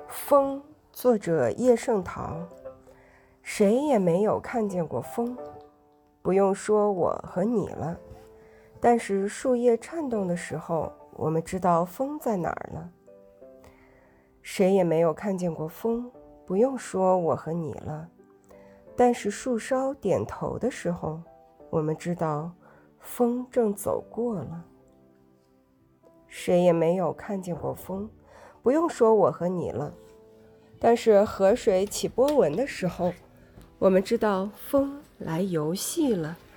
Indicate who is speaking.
Speaker 1: 风，作者叶圣陶。谁也没有看见过风，不用说我和你了。但是树叶颤动的时候，我们知道风在哪儿了。谁也没有看见过风，不用说我和你了。但是树梢点头的时候，我们知道风正走过了。谁也没有看见过风，不用说我和你了。但是河水起波纹的时候，我们知道风来游戏了。